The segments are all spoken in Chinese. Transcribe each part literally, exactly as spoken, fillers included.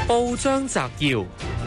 報章摘要：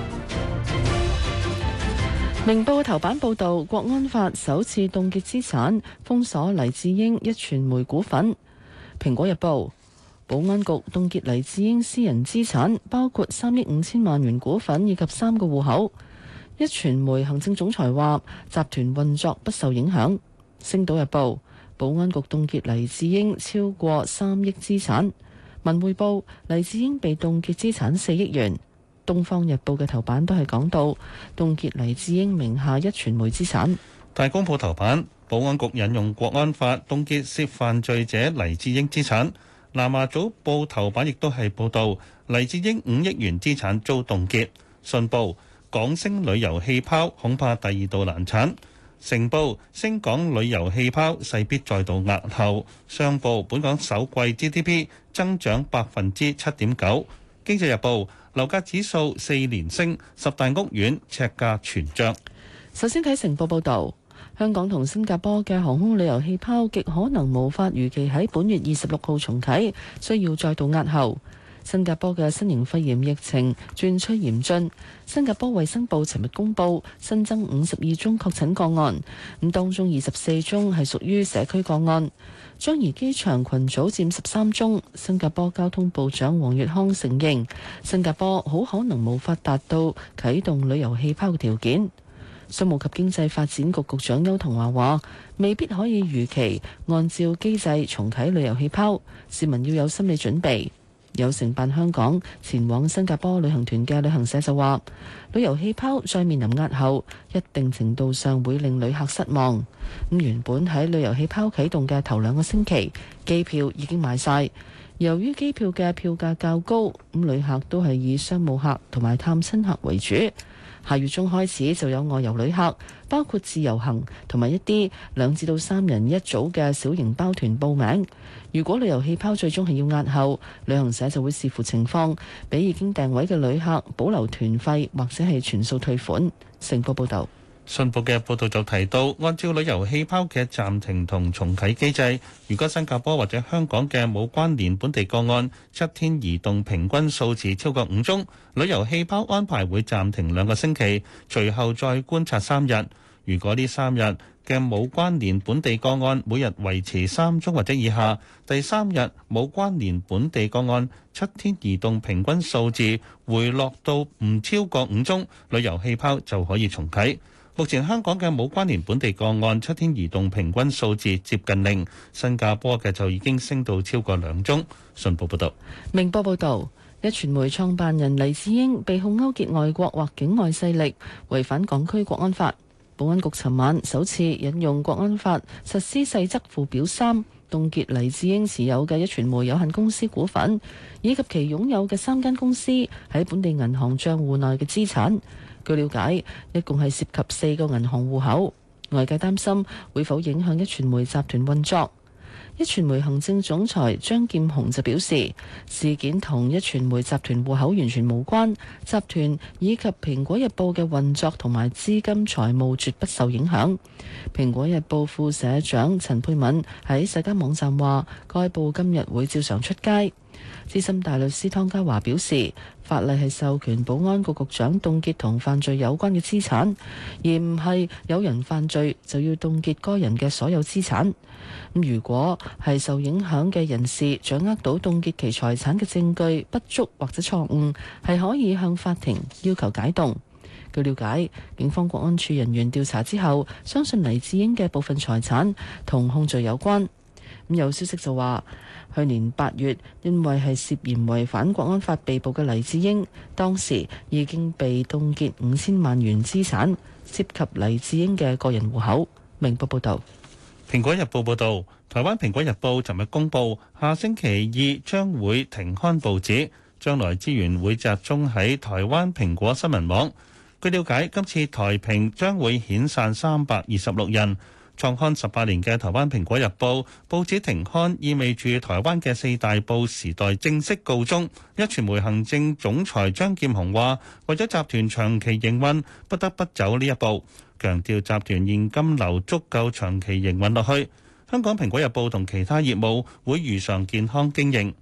明報頭版報道，國安法首次凍結資產，封鎖黎智英一傳媒股份。蘋果日報，保安局凍結黎智英私人資產，包括三億五千萬元股份以及三個戶口。一傳媒行政總裁話，集團運作不受影響。星島日報，保安局凍結黎智英超過三億資產。文匯報，黎智英被凍結資產四億元。東方日報嘅頭版都係講到凍結黎智英名下一傳媒資產。 大公報頭版，保安局引用國安法凍結涉犯罪者黎智英資產。南華早報頭版亦都係報道黎智英五億元資產遭凍結。信報，港星旅遊氣泡恐怕第二度難產。成報，星港旅遊氣泡勢必再度押後。商報，本港首季 G D P 增長百分之七點九。經濟日報，樓價指數四連升，十大屋苑尺價全漲。 首先睇成報報導，香港同新加坡嘅航空旅遊氣泡極可能無法如期喺本月二十六號重啟，需要再度押後。新加坡嘅新型肺炎疫情轉趨嚴峻，新加坡衛生部尋日公布新增五十二宗確診個案，咁當中二十四宗係屬於社區個案。樟宜機場群組佔十三宗。新加坡交通部長黃月康承認，新加坡好可能無法達到啟動旅遊氣泡嘅條件。商務及經濟發展局局長邱騰華話，未必可以如期按照機制重啟旅遊氣泡，市民要有心理準備。有承辦香港前往新加坡旅行團嘅旅行社就話，旅遊氣泡再面臨押後，一定程度上會令旅客失望。咁原本喺旅遊氣泡啟動嘅頭兩個星期，機票已經買晒。由於機票嘅票價較高，咁旅客都係以商務客同埋探親客為主。下月中開始就有外遊旅客，包括自由行同埋一啲兩至到三人一組嘅小型包團報名。如果旅遊氣泡最終係要押後，旅行社就會視乎情況，俾已經訂位嘅旅客保留團費或者係全數退款。成報報導。 信報嘅報導就提到，按照旅遊氣泡嘅暫停同重啟機制，如果新加坡或者香港嘅冇關聯本地個案七天移動平均數字超過五宗，旅遊氣泡安排會暫停兩個星期，隨後再觀察三日。如果呢三日嘅冇關聯本地個案每日維持三宗或者以下，第三日冇關聯本地個案七天移動平均數字回落到唔超過五宗，旅遊氣泡就可以重啟。目前香港嘅冇關聯本地個案七天移動平均數字接近零，新加坡嘅就已經升到超過兩宗。信報報道。 明報報導，一傳媒創辦人黎智英被控勾結外國或境外勢力，違反港區國安法。保安局尋晚首次引用國安法實施細則附表三，凍結黎智英持有嘅一傳媒有限公司股份，以及其擁有嘅三間公司喺本地銀行帳戶內嘅資產。據了解，一共係涉及四個銀行戶口，外界擔心會否影響一傳媒集團運作。一傳媒行政總裁張劍虹就表示，事件同一傳媒集團戶口完全無關，集團以及蘋果日報嘅運作同埋資金財務絕不受影響。蘋果日報副社長陳佩敏喺社交網站話，該報今日會照常出街。資深大律師湯家驊表示，法例係授權保安局局長凍結同犯罪有關嘅資產，而唔係有人犯罪就要凍結該人嘅所有資產。咁如果係受影響嘅人士掌握到凍結其財產嘅證據不足或者錯誤，係可以向法庭要求解凍。據了解，警方國安處人員調查之後，相信黎智英嘅部分財產同控罪有關。咁有消息就話，去年八月因為係涉嫌違反國安法被捕嘅黎智英，當時已經被凍結五千萬元資產，涉及黎智英嘅個人戶口。明報報道。 蘋果日報報導，台灣蘋果日報尋日公佈，下星期二將會停刊報紙，將來資源會集中喺台灣蘋果新聞網。據了解，今次台評將會遣散三百二十六人。創刊十八年嘅台灣蘋果日報報紙停刊，意味住台灣嘅四大報時代正式告終。一傳媒行政總裁張劍虹話，為咗集團長期營運，不得不走呢一步，強調集團現金流足夠長期營運落去。香港蘋果日報同其他業務會如常健康經營。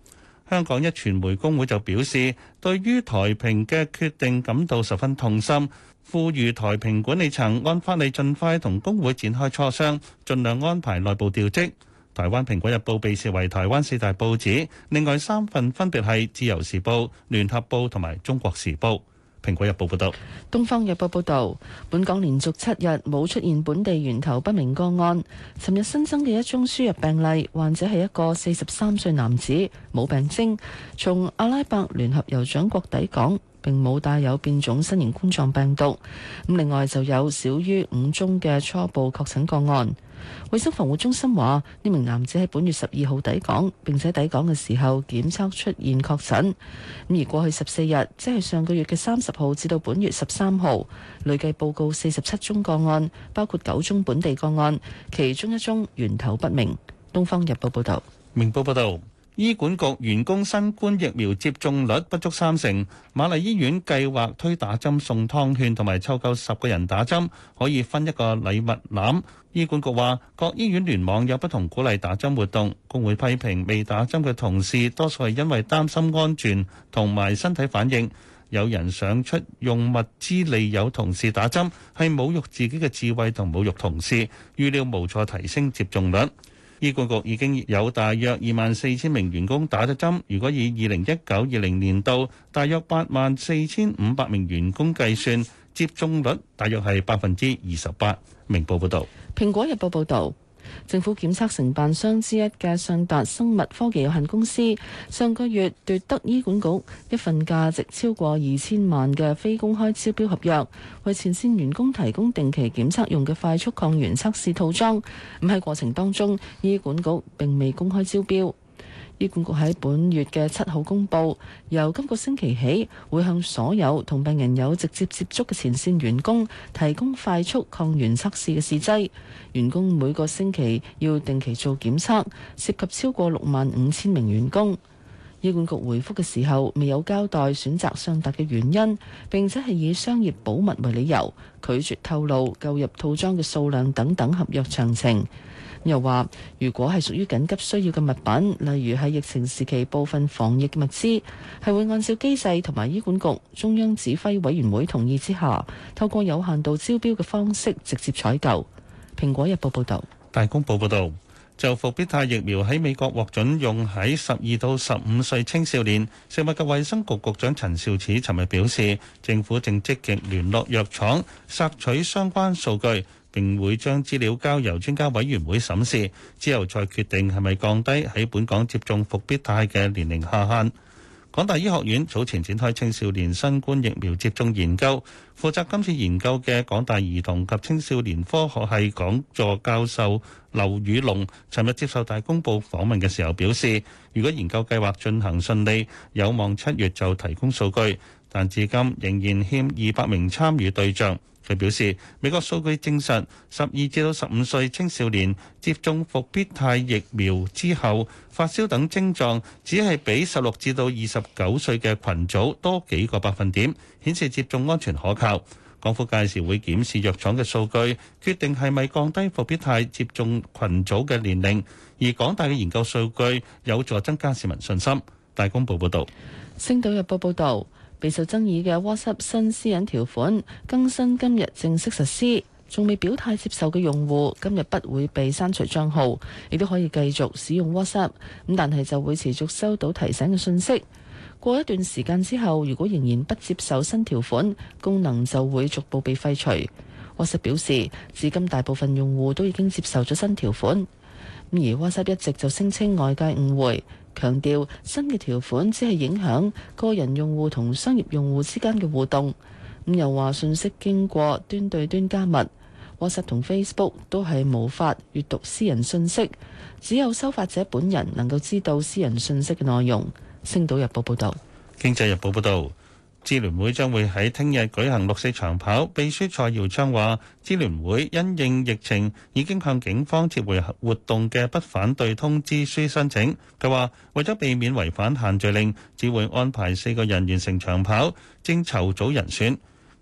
香港一傳媒工會就表示，對於台評嘅決定感到十分痛心，呼籲台評管理層按法例盡快同工會展開磋商，盡量安排內部調職。台灣蘋果日報被視為台灣四大報紙，另外三份分別係自由時報、聯合報同埋中國時報。蘋果日報報道。 東方日報報道，本港連續七日冇出現本地源頭不明個案。尋日新增嘅一宗輸入病例，患者係一個四十三歲男子，冇病徵，從阿拉伯聯合酋長國抵港，並冇帶有變種新型冠狀病毒。咁另外就有少於五宗嘅初步確診個案。衛生防護中心話，呢名男子喺本月十二號抵港，並且抵港嘅時候檢測出現確診。咁而過去十四日，即係上個月嘅三十號至到本月十三號，累計報告四十七宗個案，包括九宗本地個案，其中一宗源頭不明。東方日報報道。 明報報道。醫管局員工新冠疫苗接種率不足三成，瑪麗醫院計劃推打針送湯券同埋湊夠十個人打針，可以分一個禮物籃。醫管局話，各醫院聯網有不同鼓勵打針活動，工會批評未打針嘅同事多數係因為擔心安全同埋身體反應，有人想出用物資利誘同事打針，係侮辱自己嘅智慧同侮辱同事，預料無助提升接種率。醫管局已經有大約二萬四千名員工打咗針，如果以二零一九二零年度大約八萬四千五百名員工計算，接種率大約係百分之二十八。明報報導。 蘋果日報報導。政府檢測承辦商之一嘅信達生物科技有限公司上個月奪得醫管局一份價值超過二千萬嘅非公開招標合約，為前線員工提供定期檢測用嘅快速抗原測試套裝。咁喺過程當中，醫管局並未公開招標。醫管局喺本月嘅七號公佈，由今個星期起會向所有同病人有直接接觸嘅前線員工提供快速抗原測試嘅試劑。員工每個星期要定期做檢測，涉及超過六萬五千名員工。醫管局回覆嘅時候未有交代選擇上達嘅原因，並且係以商業保密為理由，拒絕透露購入套裝嘅數量等等合約詳情。又話，如果係屬於緊急需要嘅物品，例如係疫情時期部分防疫嘅物資，係會按照機制同埋醫管局中央指揮委員會同意之下，透過有限度招標嘅方式直接採購。蘋果日報報道。 大公報報道，就復必泰疫苗喺美國獲准用喺十二到十五歲青少年，食物及衛生局局長陳肇始尋日表示，政府正積極聯絡藥廠索取相關數據，並會將資料交由專家委員會審視，之後再決定係咪降低喺本港接種復必泰嘅年齡下限。港大醫學院早前展開青少年新冠疫苗接種研究，負責今次研究嘅港大兒童及青少年科學系講座教授劉宇龍，尋日接受大公報訪問嘅時候表示，如果研究計劃進行順利，有望七月就提供數據，但至今仍然欠二百名參與對象。佢表示，美國數據證實，十二至到十五歲青少年接種復必泰疫苗之後，發燒等症狀只係比十六至到二十九歲嘅群組多幾個百分點，顯示接種安全可靠。港府屆時會檢視藥廠嘅數據，決定係咪降低復必泰接種群組嘅年齡。而港大嘅研究數據有助增加市民信心。大公報報導。 星島日報報導。備受爭議嘅 WhatsApp 新私隱條款更新今日正式實施，仲未表態接受嘅用戶今日不會被刪除帳號，亦都可以繼續使用 WhatsApp， 咁但係就會持續收到提醒嘅信息。過一段時間之後，如果仍然不接受新條款，功能就會逐步被廢除。WhatsApp 表示，至今大部分用戶都已經接受咗新條款，而 WhatsApp 一直就聲稱外界誤會，強調新嘅條款只係影響個人用戶同商業用戶之間嘅互動。咁又話信息經過端對端加密 ，WhatsApp 同 Facebook 都係無法閱讀私人信息，只有收發者本人能夠知道私人信息嘅內容。星島日報報道。 經濟日報報導。支聯會將會喺聽日舉行六四長跑，秘書蔡耀昌話：支聯會因應疫情，已經向警方撤回活動嘅不反對通知書申請。佢話為咗避免違反限聚令，只會安排四個人完成長跑，正籌組人選。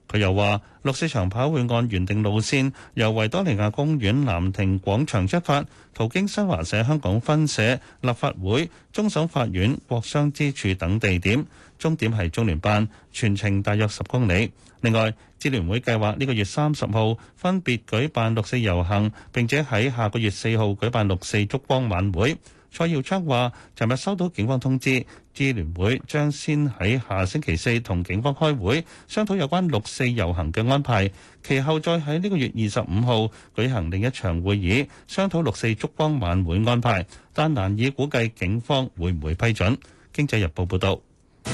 佢又話，六四長跑會按原定路線由維多利亞公園藍亭廣場出發，途經新華社香港分社、立法會、終審法院、國殤之柱等地點，終點係中聯辦，全程大約十公里。另外，支聯會計劃呢個月三十號分別舉辦六四遊行，並且喺下個月四號舉辦六四燭光晚會。蔡耀昌話，尋日收到警方通知，支聯會將先喺下星期四同警方開會，商討有關六四遊行嘅安排，其後再喺呢個月二十五號舉行另一場會議，商討六四燭光晚會安排，但難以估計警方會唔會批准。經濟日報報導。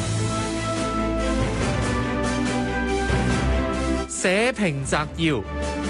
社評摘要。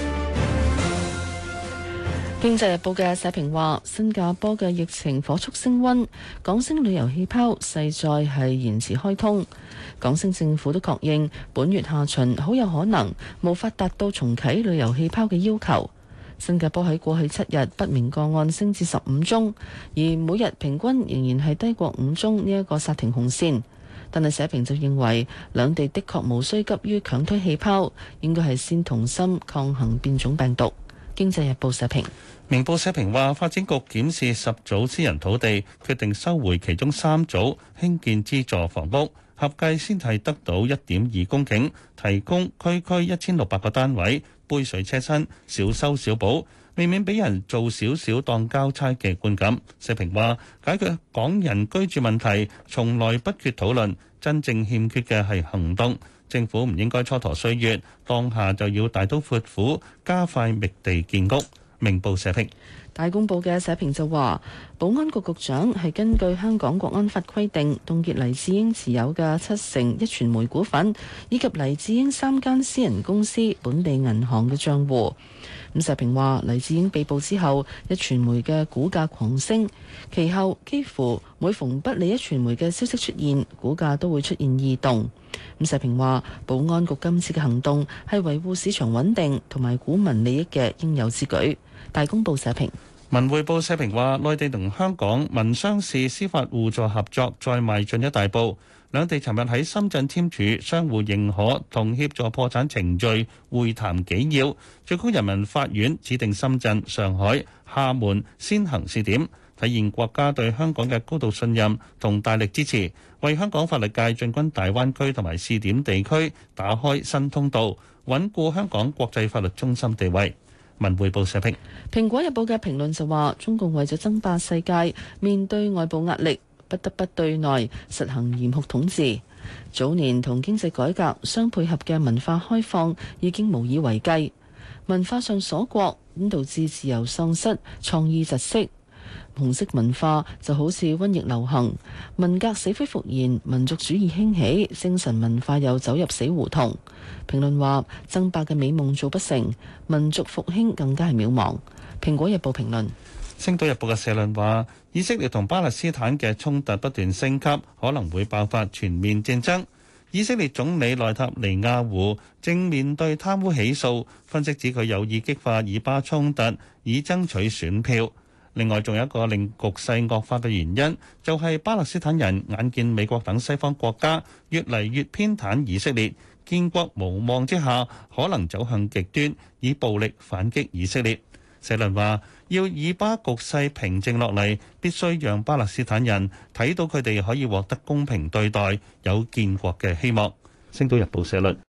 經濟日報嘅社評話，新加坡嘅疫情火速升溫，港星旅遊氣泡勢在係延遲開通。港星政府都確認，本月下旬好有可能無法達到重啟旅遊氣泡嘅要求。新加坡喺過去七日不明個案升至十五宗，而每日平均仍然係低過五宗呢一個煞停紅線。但係社評就認為，兩地的確無需急於強推氣泡，應該係先同心抗衡變種病毒。經濟日報社評。 明報社評話，發展局檢視十組私人土地，決定收回其中三組興建資助房屋，合計先係得到一點二公頃，提供區區一千六百個單位，杯水車薪，小修小補，未免俾人做少少當交差嘅觀感。社評話，解決港人居住問題從來不缺討論，真正欠缺嘅係行動。政府唔應該蹉跎歲月，當下就要大刀闊斧，加快覓地建屋。明報社評。 大公報嘅社評就話，保安局局長係根據香港國安法規定，凍結黎智英持有嘅七成壹傳媒股份，以及黎智英三間私人公司本地銀行嘅帳戶。咁社評話，黎智英被捕之後，壹傳媒嘅股價狂升，其後幾乎每逢不利壹傳媒嘅消息出現，股價都會出現異動。咁社評話，保安局今次嘅行動係維護市場穩定同埋股民利益嘅應有之舉。大公報社評。 文匯報社評話，內地同香港民商事司法互助合作再邁進一大步。兩地尋日喺深圳簽署相互認可同協助破產程序會談紀要，最高人民法院指定深圳、上海、廈門先行試點，體現國家對香港嘅高度信任同大力支持，為香港法律界進軍大灣區同埋試點地區打開新通道，穩固香港國際法律中心地位。文匯報社評。 蘋果日報嘅評論就話，中共為咗爭霸世界，面對外部壓力，不得不對內實行嚴酷統治。早年同經濟改革相配合嘅文化開放已經無以為繼，文化上鎖國，咁導致自由喪失、創意窒息。紅色文化就好似瘟疫流行，文革死灰復燃，民族主義興起，精神文化又走入死胡同。評論話，爭霸嘅美夢做不成，民族復興更加係渺茫。蘋果日報評論。 星島日報嘅社論話，以色列同巴勒斯坦嘅衝突不斷升級，可能會爆發全面戰爭。以色列總理內塔尼亞胡正面對貪污起訴，分析指佢有意激化以巴衝突，以爭取選票。另外，仲有一個令局勢惡化嘅原因，就係巴勒斯坦人眼見美國等西方國家越嚟越偏袒以色列，建國無望之下，可能走向極端，以暴力反擊以色列。社論話，要以巴局勢平靜落嚟，必須讓巴勒斯坦人睇到佢哋可以獲得公平對待，有建國嘅希望。星島日報社論。